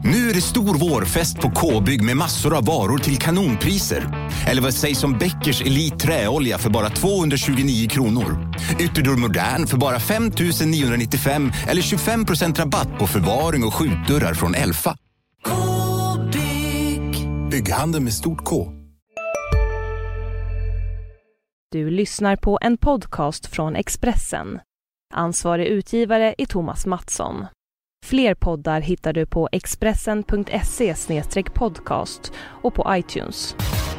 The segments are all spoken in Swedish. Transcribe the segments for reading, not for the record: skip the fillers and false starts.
Nu är det stor vårfest på K-bygg med massor av varor till kanonpriser. Eller vad sägs om Bäckers Elite träolja för bara 229 kronor. Ytterdörr Modern för bara 5 995 eller 25% rabatt på förvaring och skjutdörrar från Elfa. K-bygg. Bygghandel med stort K. Du lyssnar på en podcast från Expressen. Ansvarig utgivare är Thomas Mattsson. Fler poddar hittar du på expressen.se/podcast och på iTunes.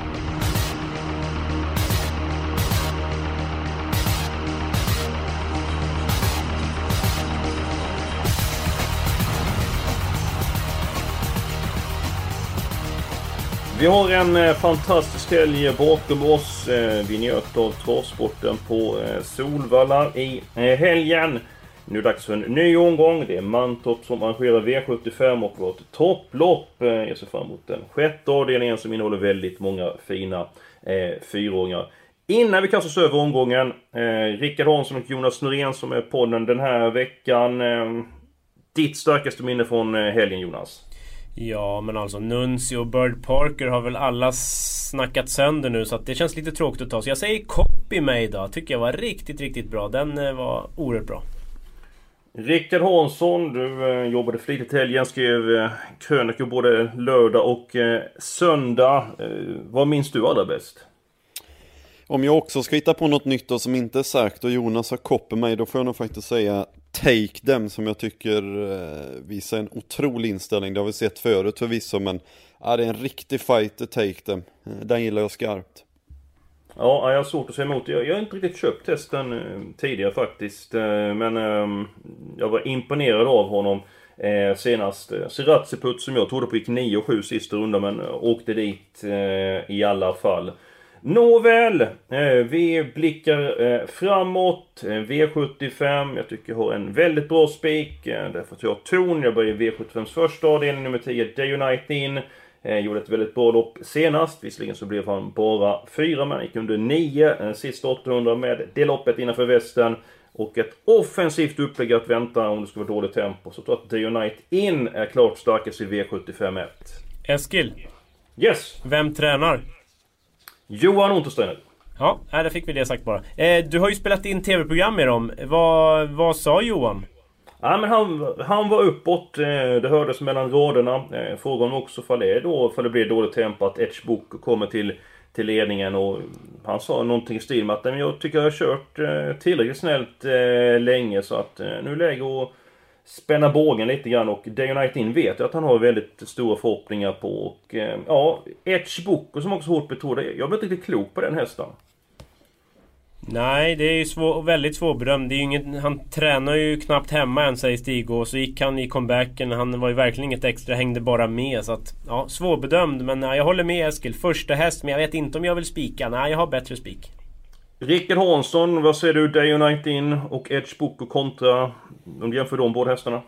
Vi har en fantastisk helg bakom oss. Vi njöt av travsporten på Solvalla i helgen. Nu är det dags för en ny omgång. Det är Mantorp som arrangerar V75 och vårt topplopp. Jag ser fram emot den sjätte avdelningen som innehåller väldigt många fina fyraåringar. Innan vi kastar oss över omgången, Rickard Hansson och Jonas Norén som är podden den här veckan. Ditt starkaste minne från helgen, Jonas? Ja, men alltså Nuncio och Bird Parker har väl alla snackat sönder nu, så att det känns lite tråkigt att ta. Så jag säger Copy mig då. Tycker jag var riktigt bra. Den var oerhört bra. Rickard Hansson, du jobbade flitigt helgen, skrev krönikor både lördag och söndag. Vad minns du allra bäst? Om jag också ska hitta på något nytt då som inte är sagt och Jonas har koppar mig, då får jag nog faktiskt säga Take Them, som jag tycker visar en otrolig inställning. Det har vi sett förut förvisso, men det är en riktig fight, Take Them. Den gillar jag skarpt. Ja, jag har svårt att säga emot. Jag har inte riktigt köpt testen tidigare faktiskt. Men jag var imponerad av honom senast. Siratsiput som jag trodde på gick 9-7 sista runda, men åkte dit i alla fall. Nåväl, vi blickar framåt. V75, jag tycker jag har en väldigt bra spik. Därför att jag har ton. Jag börjar i V75s första avdelning, nummer 10, Day United In. Gjorde ett väldigt bra lopp senast. Visserligen så blev han bara 4, men gick under 9 sista 800 med det loppet innanför västen. Och ett offensivt upplägg att vänta om det ska vara dåligt tempo. Så jag tror att Day United In är klart starkast i V75-1. Eskil? Yes! Vem tränar? Johan Untersteiner. Ja, där fick vi det sagt bara. Du har ju spelat in tv-program med dem. Vad sa Johan? Ja, men han var uppåt. Det hördes mellan raderna. Frågan också för det blir dåligt tempo att Edge Book kommer till ledningen. Och han sa någonting i stil med att jag tycker jag har kört tillräckligt snällt länge. Så att nu är det läge att spänna bågen lite grann. Och Day United In vet jag att han har väldigt stora förhoppningar på. Och Edge Book som också hårt betonade. Jag blir inte riktigt klok på den hästen. Nej, det är ju väldigt svårbedömd. Det är ju inget, han tränar ju knappt hemma än, säger Stig. Och så gick han i comebacken. Han var ju verkligen inget extra, hängde bara med. Så att, ja, svårbedömd. Men jag håller med Eskil. Första häst, men jag vet inte om jag vill spika. Nej, jag har bättre spik. Rickard Hansson, vad säger du? Day United In och Edge Book och kontra. De jämför de båda hästarna.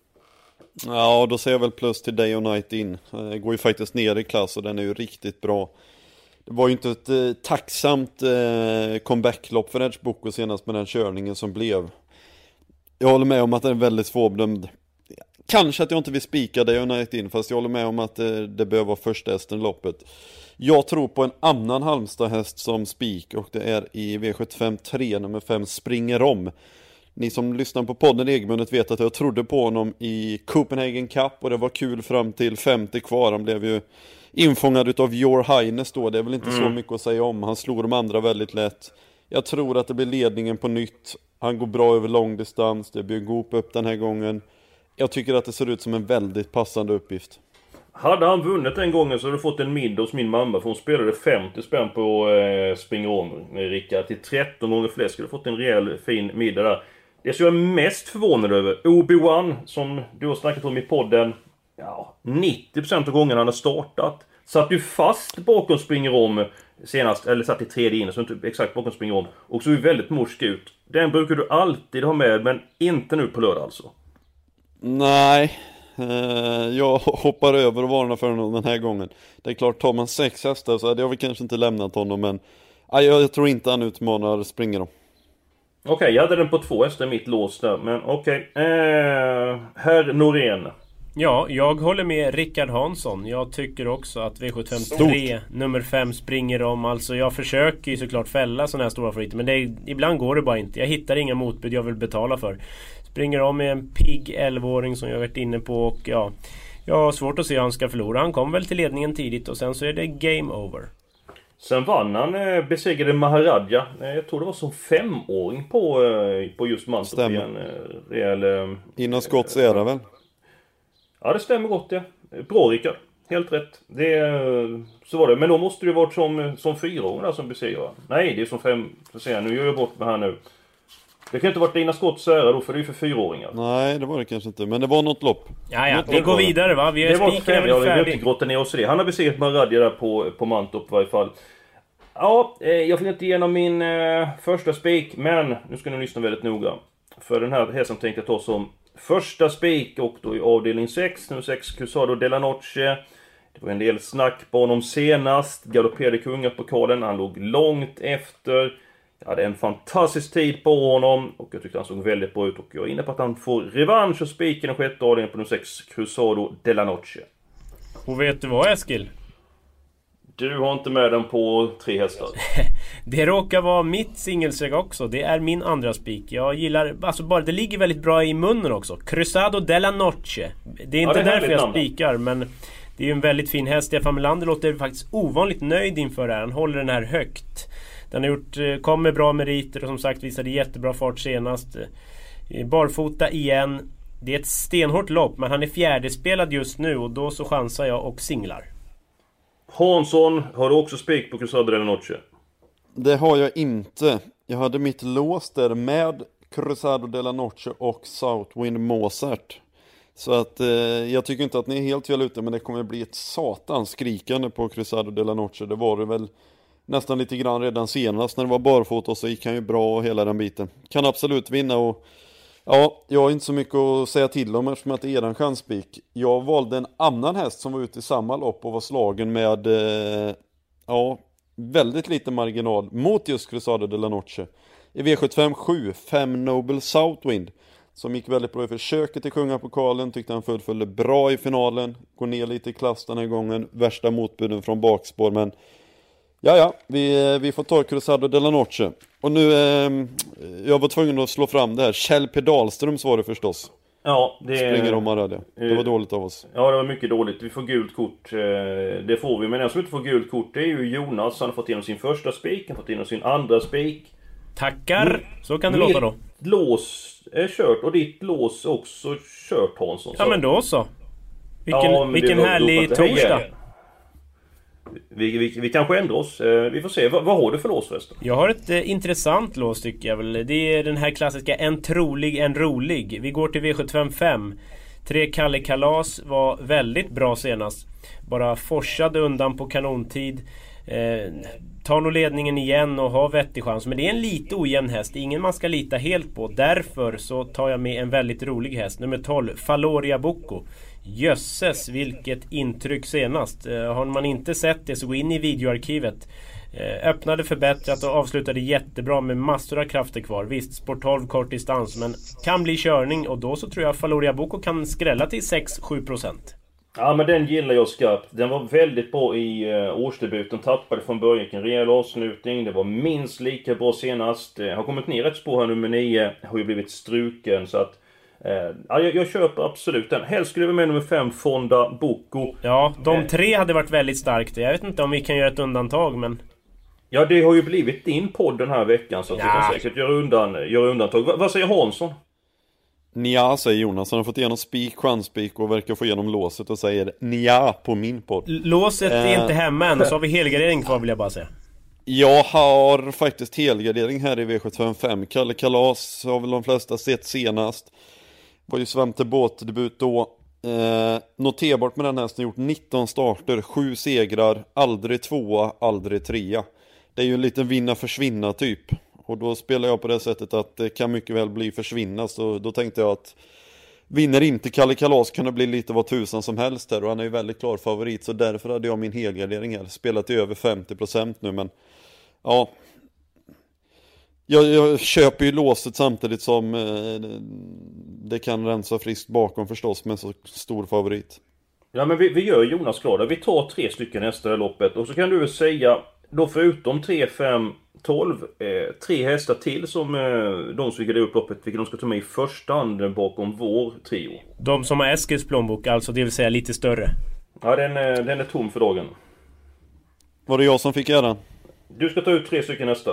Ja, då säger jag väl plus till Day United In. Det går ju faktiskt ner i klass och den är ju riktigt bra. Det var ju inte ett tacksamt comeback-lopp för Edge Boko senast med den körningen som blev. Jag håller med om att den är väldigt svårbedömd. Kanske att jag inte vill spika Day United In, fast jag håller med om att det behöver vara första hästen i loppet. Jag tror på en annan Halmstad-häst som spik, och det är i V75 3, nummer 5, Springer Om. Ni som lyssnar på podden regelbundet vet att jag trodde på honom i Copenhagen Cup och det var kul fram till 50 kvar. Han blev ju infångad utav Your Highness då. Det är väl inte så mycket att säga om. Han slog de andra väldigt lätt. Jag tror att det blir ledningen på nytt. Han går bra över långdistans. Det blir en god upp den här gången. Jag tycker att det ser ut som en väldigt passande uppgift. Hade han vunnit den gången så hade du fått en middag hos min mamma. För hon spelade 50 spänn på Springer Om, Rickard. Till 13 gånger fler skulle du fått en rejäl fin middag där. Det som jag är mest förvånad över, Obi-Wan, som du har snackat om i podden, 90% av gången han har startat, satt ju fast bakom Springer Om senast, eller satt i tredje in, så inte exakt bakom Springer Om, och så är väldigt morsk ut. Den brukar du alltid ha med, men inte nu på lördag alltså. Nej, jag hoppar över och varnar för honom den här gången. Det är klart, tar man 6 hästar så hade jag väl kanske inte lämnat honom, men jag tror inte han utmanar Springer Om. Okej, jag hade den på 2 hästar mitt lås där. Men okej. Herr Norén. Ja, jag håller med Rickard Hansson. Jag tycker också att V753 nummer 5 springer om. Alltså jag försöker ju såklart fälla sådana här stora favoriter, men ibland går det bara inte. Jag hittar inga motbud jag vill betala för. Springer om med en pigg 11-åring som jag varit inne på, och ja, jag har svårt att se hur han ska förlora. Han kom väl till ledningen tidigt och sen så är det game over. Sen vann han, besegrade Maharaja. Jag tror det var som 5-åring på just Mantorp i en rejäl... Innan Scotts era väl? Ja, det stämmer gott, ja. Bra, Rickard. Helt rätt. Så var det. Men då måste det ju varit som 4-åring där som besegrar. Nej, det är som 5. Nu gör jag bort med här nu. Det kan inte varit Dina Scotts ära då, för det är ju för 4-åringar. Nej, det var det kanske inte. Men det var något lopp. Ja, vi går vidare, va? Vi har spiken väl färdig. Inte grotta ner oss i det. Han har besegrat Maharaja där på Mantorp i varje fall. Ja, jag fick inte igenom min första spik, men nu ska ni lyssna väldigt noga. För den här som tänkte jag ta som första spik, och då i avdelning 6, nummer 6, Cruzado della Noche. Det var en del snack på honom senast. Galopperade kungapokalen, han låg långt efter. Jag hade en fantastisk tid på honom och jag tyckte han såg väldigt bra ut. Och jag är inne på att han får revansch och spiken i sjätte avdelningen på nummer 6, Cruzado della Noche. Och vet du vad, Eskil? Du har inte med den på 3 hästar. Det råkar vara mitt singelsträck också. Det är min andra spik. Jag gillar, alltså bara det ligger väldigt bra i munnen också. Cruzado della Noche. Det är inte därför jag spikar, men det är ju en väldigt fin häst. Stefan Melander låter faktiskt ovanligt nöjd inför det här. Han håller den här högt. Den har kom med bra meriter och som sagt visade jättebra fart senast. Barfota igen. Det är ett stenhårt lopp, men han är fjärdespelad just nu och då så chansar jag och singlar. Hansson, har du också spik på Cruzado della Noche? Det har jag inte. Jag hade mitt lås där med Cruzado della Noche och Southwind Mozart. Så att jag tycker inte att ni är helt fel ute, men det kommer bli ett satans skrikande på Cruzado della Noche. Det var det väl nästan lite grann redan senast när det var barfota, och så gick han ju bra och hela den biten. Kan absolut vinna, och ja, jag har inte så mycket att säga till om eftersom att det är en chanspik. Jag valde en annan häst som var ute i samma lopp och var slagen med väldigt lite marginal mot just Cruzado della Noche. I V75 7, 5 Noble Southwind, som gick väldigt bra i försöket i kungapokalen. Tyckte han fullföljde bra i finalen. Går ner lite i klass den här gången. Värsta motbuden från bakspår, men vi får ta Cruzado della Noche. Och nu, jag var tvungen att slå fram det här. Kjell Pedalströms var det förstås. Ja, springer om Maharaja. Det var dåligt av oss. Ja, det var mycket dåligt. Vi får gult kort. Det får vi. Men den som inte får gult kort, det är ju Jonas. Han har fått igenom sin första spik. Han har fått igenom sin andra spik. Tackar. Så kan det låta då. Mitt lås är kört. Och ditt lås också kört, Hansson. Ja, men då så. Vilken härlig torsdag. Vi kanske ändrar oss. Vi får se. Vad har du för lås förresten? Jag har ett intressant lås tycker jag väl. Det är den här klassiska en trolig, en rolig. Vi går till V755. 3 Kalle Kalas var väldigt bra senast. Bara forsade undan på kanontid. Tar nog ledningen igen och har vettig chans. Men det är en lite ojämn häst. Ingen man ska lita helt på. Därför så tar jag med en väldigt rolig häst. Nummer 12, Faloria Bocco. Jösses, vilket intryck senast. Har man inte sett det så gå in i videoarkivet. Öppnade förbättrat och avslutade jättebra med massor av krafter kvar. Visst, sport 12 kort distans, men kan bli körning. Och då så tror jag Faloria Bocco kan skrälla till 6-7%. Ja, men den gillar jag skarpt. Den var väldigt bra i årsdebuten. Tappade från början en rejäl avslutning. Det var minst lika bra senast. Har kommit ner ett spår här, nummer 9. Har ju blivit struken, så att jag köper absolut den. Helst skulle vi med nummer 5, Fonda Bocco. Ja, de 3 hade varit väldigt starkt. Jag vet inte om vi kan göra ett undantag, men... Ja, det har ju blivit din podd den här veckan, så att vi kan säkert göra undantag. Vad säger Hansson? Nja, säger Jonas. Han har fått igenom spik, chanspik och verkar få igenom låset och säger nja på min podd. Låset är inte hemma än, så har vi helgardering kvar, vill jag bara säga. Jag har faktiskt helgardering här i V755. Kalle Kalas har väl de flesta sett senast. Var ju Svante Båt-debut då. Noterbart med den hästen, gjort 19 starter, 7 segrar, aldrig 2, aldrig 3. Det är ju en liten vinna-försvinna typ. Och då spelar jag på det sättet att det kan mycket väl bli försvinna. Så då tänkte jag att vinner inte Kalle Kalas kan det bli lite vad tusan som helst här. Och han är ju väldigt klar favorit, så därför hade jag min helgardering här. Spelat i över 50% nu, men ja, Jag köper ju låset samtidigt som det kan rensa friskt bakom förstås, med så stor favorit. Ja, men vi gör Jonas glad. Vi tar 3 stycken nästa loppet. Och så kan du säga, då förutom 3, 5, 12, 3 hästar till som de som vill upp loppet, vilka de ska ta med i första hand bakom vår trio. De som har Eskils plånbok, alltså det vill säga lite större. Ja, den är tom för dagen. Var det jag som fick äran? Du ska ta ut 3 stycken nästa.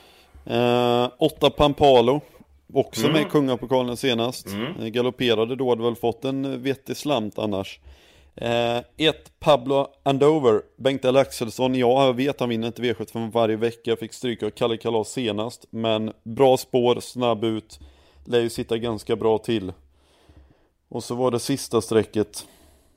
8 Pampalo. Också med kungapokalen senast. Galopperade då, hade väl fått en vettig slant annars. 1 Pablo Andover. Bengt L. Axelsson, jag vet han vinner inte V75 varje vecka. Fick stryka av Kalle Kalas senast. Men bra spår, snabb ut. Lär ju sitta ganska bra till. Och så var det sista strecket.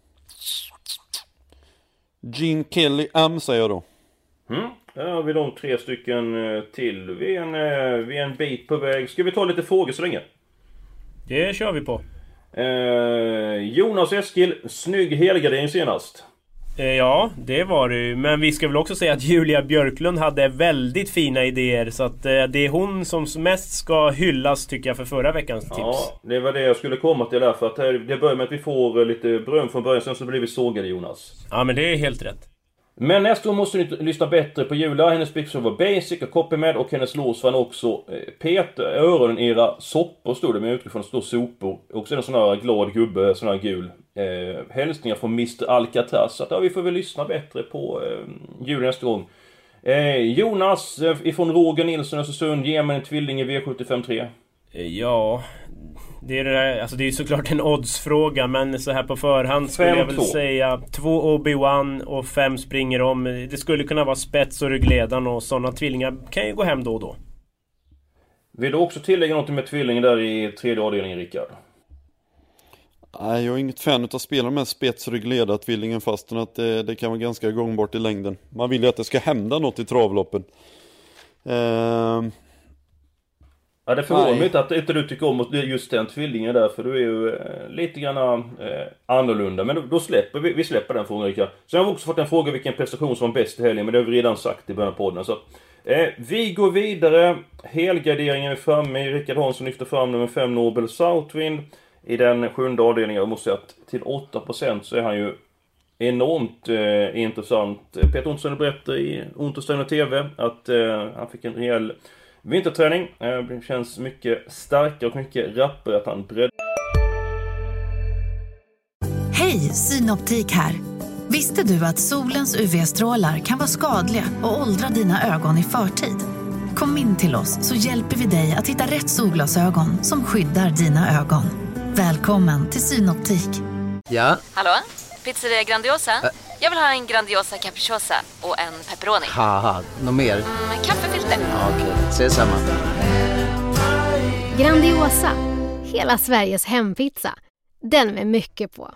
Gene Kelly Am, säger jag då. Ja, har vi de 3 stycken till. Vi är en bit på väg. Ska vi ta lite frågor så länge? Det kör vi på. Jonas Eskil, snygg helgardering senast. Ja, det var det ju. Men vi ska väl också säga att Julia Björklund hade väldigt fina idéer. Så att det är hon som mest ska hyllas, tycker jag, för förra veckans tips. Ja, det var det jag skulle komma till där. För att det börjar med att vi får lite beröm från början. Sen så blir vi sågade, Jonas. Ja, men det är helt rätt. Men nästa år måste ni lyssna bättre på Julia. Hennes pixel var basic och copy med. Och hennes lås var också Peter, öronen era soppor stod det med utifrån stå sopor. Och så är det en sån här glad gubbe, sån här gul. Hälsningar från Mr. Alcatraz. Så att, ja, vi får väl lyssna bättre på Julia nästa gång. Jonas ifrån Roger Nilsson Östersund, ger man en tvilling i V75-3. Ja, det är det där, alltså det är såklart en oddsfråga, men så här på förhand skulle jag väl säga 2 Obi-Wan och 5 springer om. Det skulle kunna vara spets och ryggledan, och sådana tvillingar kan ju gå hem då och då. Vill du också tillägga något med tvillingen där i tredje avdelningen, Rickard? Nej, jag är inget fan av att spela med spetsryggleda tvillingen, fastän att det kan vara ganska gångbart i längden. Man vill ju att det ska hända något i travloppen. Ja, det förvånar mig inte att inte du tycker om just den tvillingen där, för du är ju lite grann annorlunda. Men då släpper vi släpper den frågan, Rickard. Så jag har också fått en fråga vilken prestation som var bäst i helgen, men det har vi redan sagt i början av podden. Så vi går vidare. Helgarderingen är framme. Rickard Hansson lyfter fram nummer 5 Nobel Southwind i den 7:e avdelningen. Jag måste säga att till 8% så är han ju enormt intressant. Peter Ontsen berättade i Ontsen TV att han fick en rejäl vinterträning. Det känns mycket starkare och mycket rappare att han bredd. Hej, Synoptik här. Visste du att solens UV-strålar kan vara skadliga och åldra dina ögon i förtid? Kom in till oss så hjälper vi dig att hitta rätt solglasögon som skyddar dina ögon. Välkommen till Synoptik. Ja? Hallå? Pizzeria Grandiosa? Jag vill ha en Grandiosa capriciosa och en pepperoni. Haha, något mer? Kaffefilter. Ja, okej, ses samma. Grandiosa, hela Sveriges hempizza. Den med mycket på.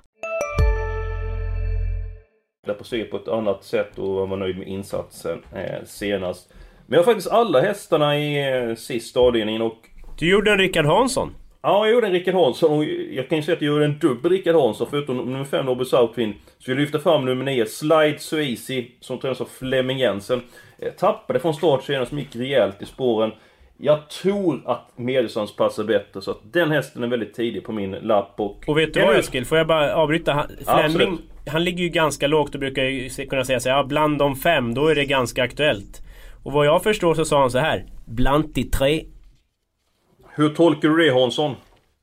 Där på sig på ett annat sätt och var nöjd med insatsen senast. Men jag har faktiskt alla hästarna i sista avdelningen och... Du gjorde en Rickard Hansson? Ja, jag gjorde en Rickard Hansson och jag kan ju säga att jag gjorde en dubbel Rickard Hansson förutom nummer 5 Nobel Southwind. Så vi lyfter fram nummer 9 Slide So Easy som tränas av Flemming Jensen. Tappade från start senast som gick rejält i spåren. Jag tror att Medelsons passar bättre, så att den hästen är väldigt tidig på min lapp. Och vet du vad, Eskil? Får jag bara avbryta? Flemming, han ligger ju ganska lågt och brukar ju kunna säga så här, ja, bland de 5, då är det ganska aktuellt. Och vad jag förstår så sa han så här: bland de 3. Hur tolkar du det, Hansson?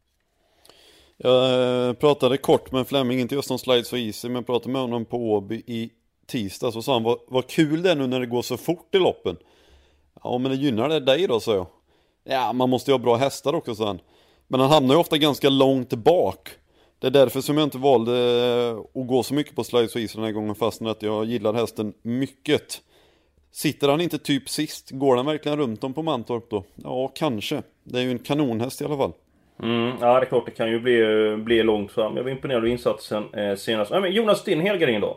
Jag pratade kort med Flemming, inte just om Slide So Easy, men jag pratade med honom på Åby i tisdag. Så sa han, vad kul det är nu när det går så fort i loppen. Ja, men det gynnar det dig då, så jag. Ja, man måste ju ha bra hästar också, så han. Men han hamnar ju ofta ganska långt bak. Det är därför som jag inte valde att gå så mycket på Slide So Easy den här gången, fastän att jag gillar hästen mycket. Sitter han inte typ sist? Går han verkligen runt om på Mantorp då? Ja, kanske. Det är ju en kanonhäst i alla fall. Ja, det är klart, det kan ju bli långt fram. Jag var imponerad av insatsen senast. Men Jonas, din helgardering då?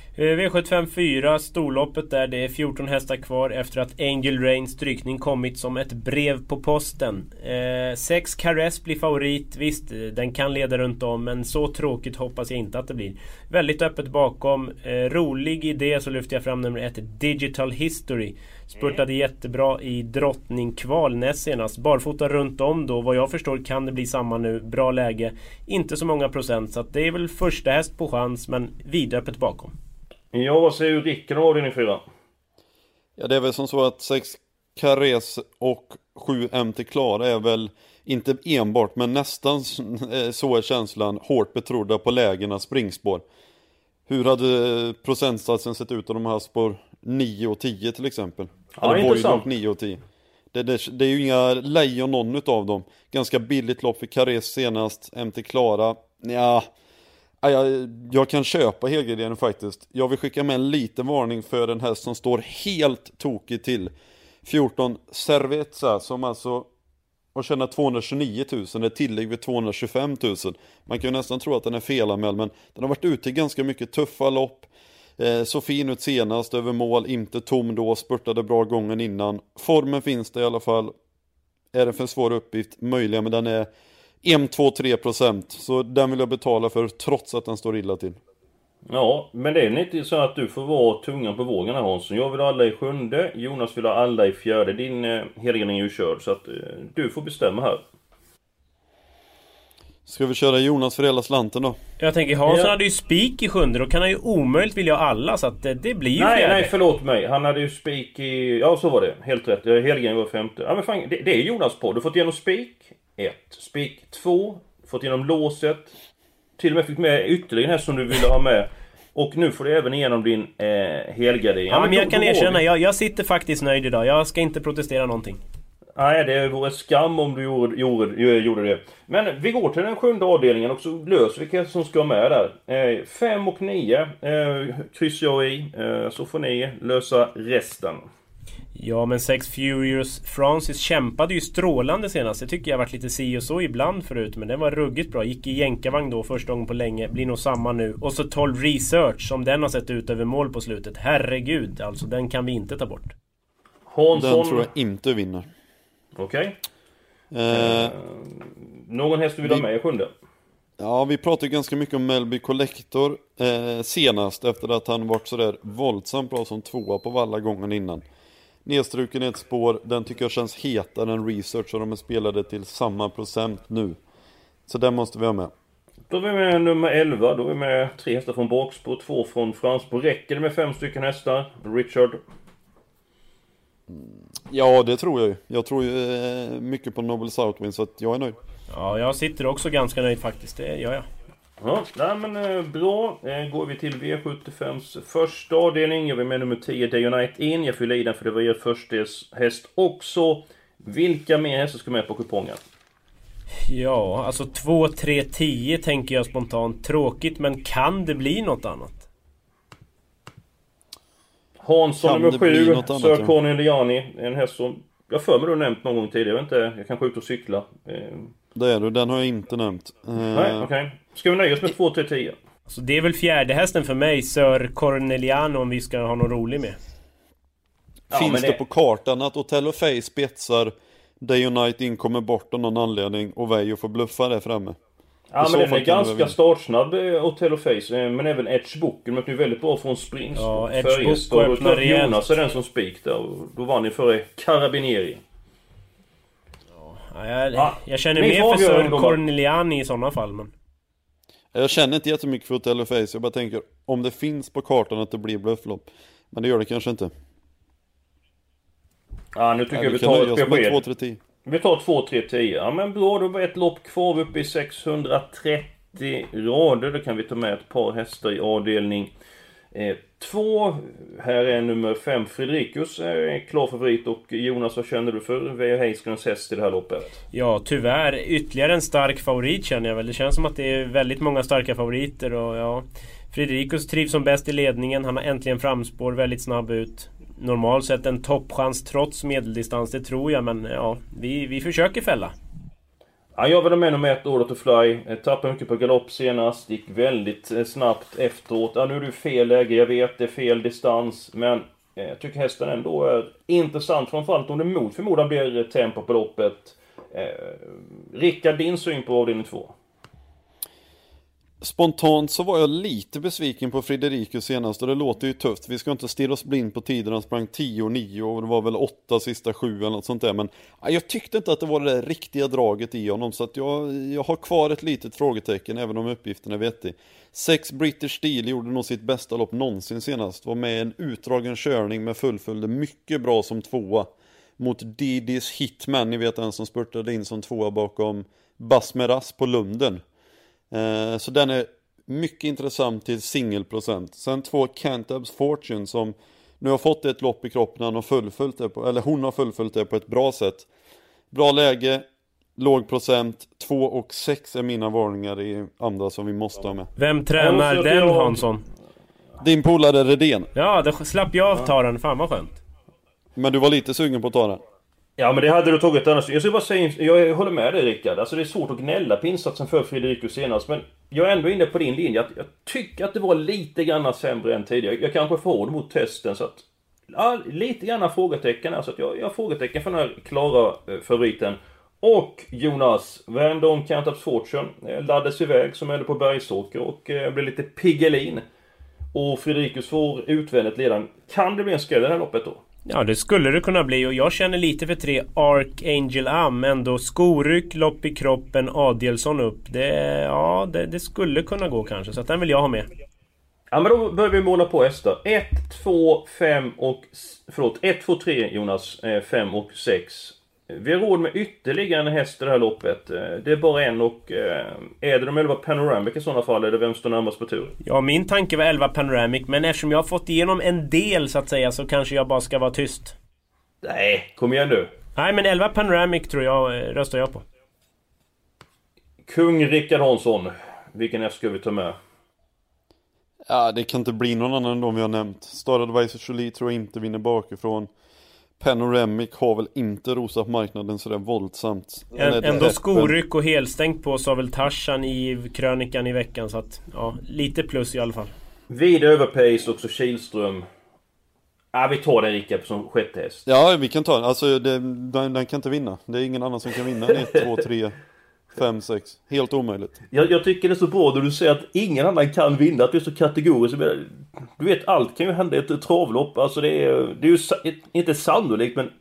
V75 4, storloppet där, det är 14 hästar kvar efter att Angel Rains strykning kommit som ett brev på posten. 6 Caress blir favorit, visst den kan leda runt om, men så tråkigt hoppas jag inte att det blir. Väldigt öppet bakom, rolig idé så lyfter jag fram nummer 1 Digital History. Spurtade jättebra i drottningkval näst senast. Barfota runt om då, vad jag förstår kan det bli samma nu. Bra läge, inte så många procent, så att det är väl första häst på chans, men vidöppet bakom. Ja, vad säger Rickard av avdelning 4? Ja, det är väl som så att 6 Carres och 7 MT Klara är väl inte enbart, men nästan så är känslan, hårt betrodda på lägena springspår. Hur hade procentsatsen sett ut om de här spår 9 och 10 till exempel? Ja, intressant. 9 och 10. Det är ju inga lejon någon utav dem. Ganska billigt lopp för Carres senast. MT Klara, ja, jag kan köpa helgarderingen faktiskt. Jag vill skicka med en liten varning för den här som står helt tokig till. 14 Cerveza som alltså och tjänar 229 000, det är tillägg vid 225 000. Man kan ju nästan tro att den är felanmäld, men den har varit ute i ganska mycket tuffa lopp. Så fin ut senast över mål, inte tom då, spurtade bra gången innan. Formen finns det i alla fall. Är det för en svår uppgift? Möjligen, men den är 1-2-3%. Så den vill jag betala för trots att den står illa till. Ja, men det är inte så att du får vara tungan på vågen här, Hansson. Jag vill ha alla i 7:e, Jonas vill ha alla i 4:e. Din helgardering är ju körd, så att du får bestämma här. Ska vi köra Jonas för hela slanten då? Jag tänker, Hansson hade ju spik i 7:e, då kan han ju omöjligt vilja ha alla, så att det blir ju 4:e. Nej, förlåt mig. Han hade ju spik i... Ja, så var det. Helt rätt. Helgardering var 5:e. Ja, men fan, det är Jonas på. Du har fått igenom spik 1. Spik 2. Fått igenom låset. Till och med fick med ytterligare här som du ville ha med. Och nu får du även igenom din helgardering. Ja, men jag kan erkänna, jag sitter faktiskt nöjd idag. Jag ska inte protestera någonting. Nej, det vore skam om du gjorde det. Men vi går till den 7:e avdelningen och så löser vi vilka som ska med där. 5 och 9 kryssar jag i, så får ni lösa resten. Ja, men 6 Furious Francis kämpade ju strålande senast. Det tycker jag har varit lite si och så ibland förut, men den var ruggigt bra. Gick i jänkarvagn då första gången på länge. Blir nog samma nu. Och så 12 Research, som den har sett ut över mål på slutet. Herregud, alltså den kan vi inte ta bort. Hansson... Den tror jag inte vinner. Okej. Någon häst du vill ha med i 7:e? Ja, vi pratade ganska mycket om Melby Collector senast, efter att han varit sådär våldsamt bra som 2 på alla gången innan. Nedstruken i ett spår, den tycker jag känns hetare än Research, och de är spelade till samma procent nu. Så den måste vi ha med. Då är vi med nummer 11, då är vi med 3 hästar från bakspår, 2 från framspår. Räcker det med 5 stycken hästar? Richard? Ja, det tror jag ju. Jag tror ju mycket på Noble Southwind, så att jag är nöjd. Ja, jag sitter också ganska nöjd faktiskt, det gör jag. Ja, nej, men bra. Går vi till V75s första avdelning. Jag vill med nummer 10 Day och Night in. Jag fyller i den för det var er första häst också. Vilka mer hästar ska med på kupongen? Ja, alltså 2, 3, 10 tänker jag spontant. Tråkigt, men kan det bli något annat? Hansson nummer 7, Sir Corneliani. En häst som jag för mig du har nämnt någon gång tidigare. Jag vet inte, jag kanske är ute och cykla. Det är du, den har jag inte nämnt. Nej, okej. Ska vi nöja oss med 2, 3, 10? Så det är väl fjärde hästen för mig, Sir Corneliano, om vi ska ha någon rolig med. Finns det på kartan att Otello Face spetsar, Day och Night in kommer bort av någon anledning och Vejo får bluffa där framme? Ja, men den är ganska startsnabb, Otello Face, men även Edge Book. De är ju väldigt bra från spring. Ja, Edge Book öppnar rejält. Jonas är den som spik där, och då vann ni före Carabinieri. Jag känner mer för Sir Corneliani i sådana fall, men... Jag känner inte jättemycket för Otello Face. Jag bara tänker, om det finns på kartan att det blir blufflopp. Men det gör det kanske inte. Ja, nu tycker jag vi tar ett besked. 2, 3, 10. Vi tar 2, 3, 10. Ja, men bra, då var ett lopp kvar uppe i 630 rader. Då kan vi ta med ett par hästar i avdelning 2. Här är nummer 5 Fredrikus, är klar favorit. Och Jonas, vad känner du för V.A. Heiskagrens häst i det här loppet? Ja, tyvärr ytterligare en stark favorit känner jag väl. Det känns som att det är väldigt många starka favoriter. Och ja, Fredrikus trivs som bäst i ledningen. Han har äntligen framspår, väldigt snabb ut. Normalt sett en toppchans trots medeldistans, det tror jag. Men ja, vi försöker fälla. Ja, jag var med nummer 1, Order to Fly. Tappade mycket på galopp senast. Gick väldigt snabbt efteråt. Ja, nu är det fel läge, jag vet. Det är fel distans. Men jag tycker hästen ändå är intressant. Framförallt om det mot förmodan blir tempo på loppet. Rickard, din syn på avdelning 2? Spontant så var jag lite besviken på Frederikus senast och det låter ju tufft. Vi ska inte stirra oss blind på tiden. Han sprang 10-9 och det var väl 8 sista 7 eller något sånt där. Men jag tyckte inte att det var det där riktiga draget i honom, så att jag har kvar ett litet frågetecken även om uppgiften är vettig. 6 British Steel gjorde nog sitt bästa lopp någonsin senast. Var med i en utdragen körning med fullföljde mycket bra som tvåa mot Didis Hitman, ni vet den som spurtade in som tvåa bakom Basmeras på Lunden. Så den är mycket intressant till singelprocent. Sen 2 Cantabs Fortune som nu har fått ett lopp i kroppen. Han har fullföljt det på, eller hon har fullföljt det på ett bra sätt. Bra läge, låg procent. 2 och 6 är mina varningar i andra som vi måste ha med. Vem tränar den, Hansson? Din polare Redén. Ja, då slapp jag av ta den. Fan vad skönt. Men du var lite sugen på att ta den. Ja, men det hade du tagit annars. Jag ska bara säga, jag håller med dig, Rickard. Alltså det är svårt att gnälla på insatsen för Frederikus senast. Men jag är ändå inne på din linje. Jag tycker att det var lite grann sämre än tidigare. Jag kanske får hård mot testen. Så att, ja, lite grann frågetecken. Alltså att jag har frågetecken för den här klara favoriten. Och Jonas, vänd om Cantabs Fortune. Laddades iväg som är på Bergsåker och blir lite piggelin. Och Frederikus får utvändigt ledan. Kan det bli en skräll i det här loppet då? Ja, det skulle det kunna bli, och jag känner lite för 3 Archangel Am, ändå skoryck, lopp i kroppen, Adielsson upp. Det skulle kunna gå kanske, så att den vill jag ha med. Ja, men då börjar vi måla på hästar. 1, 2, 5 och... Förlåt, 1, 2, 3 Jonas, 5 och 6. Vi har råd med ytterligare en häst i det här loppet. Det är bara en och... Är det de 11 Panoramic i sådana fall? Eller vem står närmast på tur? Ja, min tanke var 11 Panoramic. Men eftersom jag har fått igenom en del så att säga, så kanske jag bara ska vara tyst. Nej, kom igen nu. Nej, men 11 Panoramic tror jag röstar jag på. Kung Rickard Hansson. Vilken häst ska vi ta med? Ja, det kan inte bli någon annan än de vi har nämnt. Star Advisor Jolie tror jag inte vinner bakifrån. Panoramic har väl inte rosat på marknaden så det är våldsamt. Ändå skoryck och helstängt på, sa väl Tarzan i krönikan i veckan. Så att, ja, lite plus i alla fall. Vid överpace också Kihlström. Ja, vi tar den Rickard som sjätte häst. Ja, vi kan ta den. Alltså, den kan inte vinna. Det är ingen annan som kan vinna. 1, 2, 3, 5, 6. Helt omöjligt. Jag tycker det är så bra när du säger att ingen annan kan vinna. Att du är så kategorisk. Du vet, allt kan ju hända i ett travlopp. Alltså det är ju inte sannolikt, men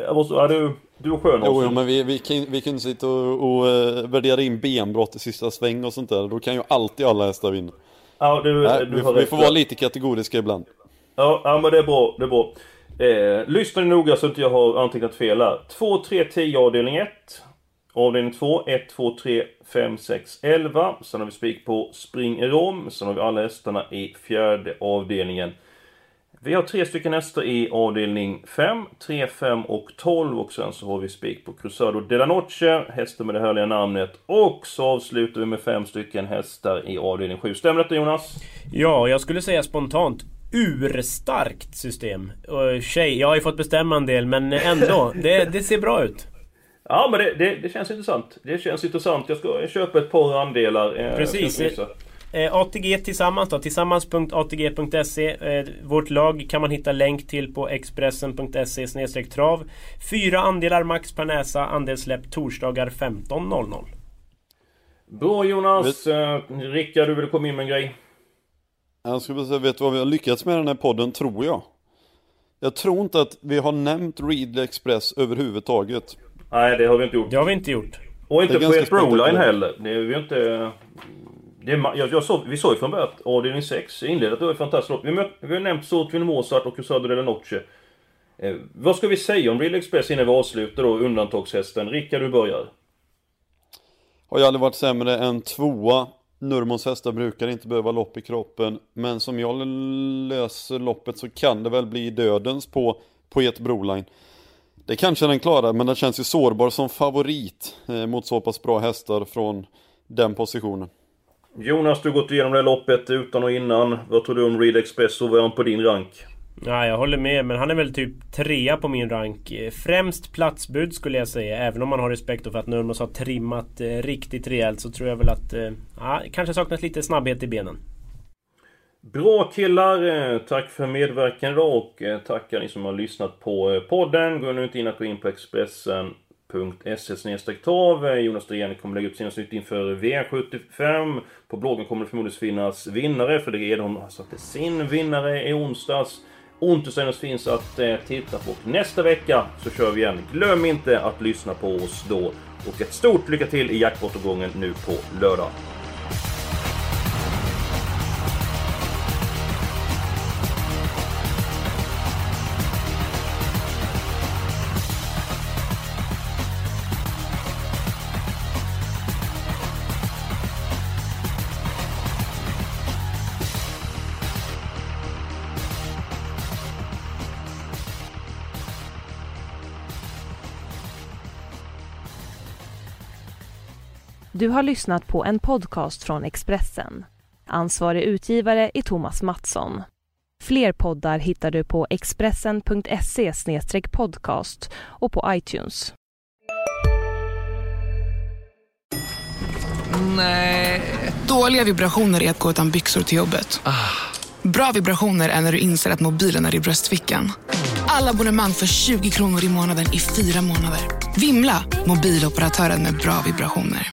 du är skön också. Jo, men vi kan sitta och värdera in benbrott i sista sväng och sånt där. Då kan ju alltid alla hästar vinna. Ja, vi får vara lite kategoriska ibland. Ja, men det är bra. Det är bra. Lyssna noga så att jag har antecknat fel här. 2, 3, 10 avdelning 1. Avdelning 2, 1, 2, 3, 5, 6, 11. Sen har vi spik på Spring i Rom. Sen har vi alla hästarna i fjärde avdelningen. Vi har 3 stycken hästar i avdelning 5, 3, 5 och 12. Och sen så har vi spik på Cruzado della Noche, hästar med det härliga namnet. Och så avslutar vi med 5 stycken hästar i avdelning 7. Stämmer detta, Jonas? Ja, jag skulle säga spontant urstarkt system. Jag har ju fått bestämma en del, men ändå, det ser bra ut. Ja, men det känns intressant. Det känns intressant. Jag ska köpa ett par andelar. Precis. ATG tillsammans då, tillsammans.atg.se. Vårt lag kan man hitta länk till på expressen.se/trav. 4 andelar max per näsa, andelsläpp torsdagar 15.00. Bra Jonas. Rickard, du vill komma in med en grej? Jag skulle säga, vet du vad vi har lyckats med den här podden, tror jag. Jag tror inte att vi har nämnt Readly Express överhuvudtaget. Nej, det har vi inte gjort. Det har vi inte gjort. Och inte på ett Broline heller. Det är vi inte... vi såg ju från början att avdelning 6 inledde att det var ett fantastiskt lopp. Vi har nämnt Sortvin Mozart och Cruzado della Noche. Vad ska vi säga om Readly Express innan vi avslutar då, undantagshästen? Rickard, du börjar. Har jag aldrig varit sämre än 2. Nurmons hästar brukar inte behöva lopp i kroppen. Men som jag löser loppet så kan det väl bli dödens på ett Broline. Det kanske den klarar, men den känns ju sårbar som favorit mot så pass bra hästar från den positionen. Jonas, du har gått igenom det loppet utan och innan. Vad tror du om Readly Express och vad är han på din rank? Ja, jag håller med, men han är väl typ 3 på min rank. Främst platsbud skulle jag säga. Även om man har respekt för att Nurmos har trimmat riktigt rejält, så tror jag väl att kanske saknas lite snabbhet i benen. Bra killar, tack för medverkan idag och tackar ni som har lyssnat på podden. Gå nu inte in på Expressen.se/trav. Jonas Dren kommer lägga upp sina nytt inför V75. På bloggen kommer det förmodligen finnas vinnare, för det är de har satt sin vinnare i onsdags. Onsdagen finns att titta på. Nästa vecka så kör vi igen. Glöm inte att lyssna på oss då. Och ett stort lycka till i jackpot-årgången nu på lördag. Du har lyssnat på en podcast från Expressen. Ansvarig utgivare är Thomas Mattsson. Fler poddar hittar du på expressen.se/podcast och på iTunes. Nej. Dåliga vibrationer är att gå utan byxor till jobbet. Bra vibrationer är när du inser att mobilen är i bröstfickan. Alla abonnemang för 20 kronor i månaden i 4 månader. Vimla, mobiloperatören med bra vibrationer.